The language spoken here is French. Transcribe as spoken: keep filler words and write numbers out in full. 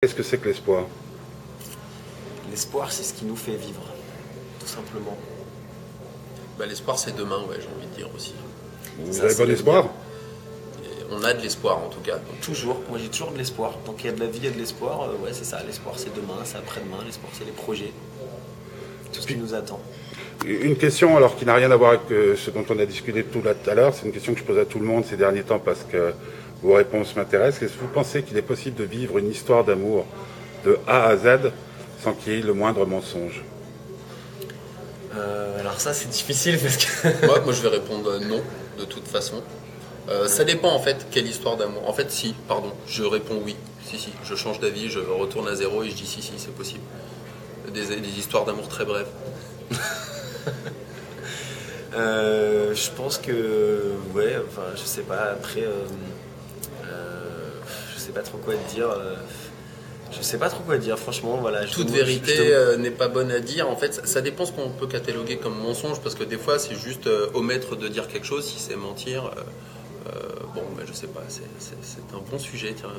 qu'est-ce que c'est que l'espoir? L'espoir, c'est ce qui nous fait vivre, tout simplement. Bah, l'espoir, c'est demain, ouais, j'ai envie de dire aussi. Vous Ça, avez c'est bon le espoir? Et on a de l'espoir en tout cas. Donc, Toujours, moi j'ai toujours de l'espoir. Tant qu'il y a de la vie, il y a de l'espoir. Euh, ouais, c'est ça, l'espoir c'est demain, c'est après-demain, l'espoir c'est les projets. Tout ce qui nous attend. Une question alors qui n'a rien à voir avec euh, ce dont on a discuté tout à l'heure, c'est une question que je pose à tout le monde ces derniers temps parce que vos réponses m'intéressent. Est-ce que vous pensez qu'il est possible de vivre une histoire d'amour de A à Z sans qu'il y ait le moindre mensonge? Euh, alors ça c'est difficile parce que... moi, moi, je vais répondre non, de toute façon. Euh, ça dépend en fait quelle histoire d'amour. En fait, si, pardon, je réponds oui. Si, si, je change d'avis, je retourne à zéro et je dis si, si, c'est possible. Des, des histoires d'amour très brèves. euh, je pense que... Ouais, enfin je sais pas, après... Euh, euh, je sais pas trop quoi te dire... Euh, Je sais pas trop quoi dire, franchement, voilà. Je Toute te- vérité je te- euh, n'est pas bonne à dire. En fait, ça, ça dépend ce qu'on peut cataloguer comme mensonge, parce que des fois, c'est juste euh, omettre de dire quelque chose. Si c'est mentir, euh, euh, bon, ben, je sais pas. C'est, c'est, c'est un bon sujet. Tiens,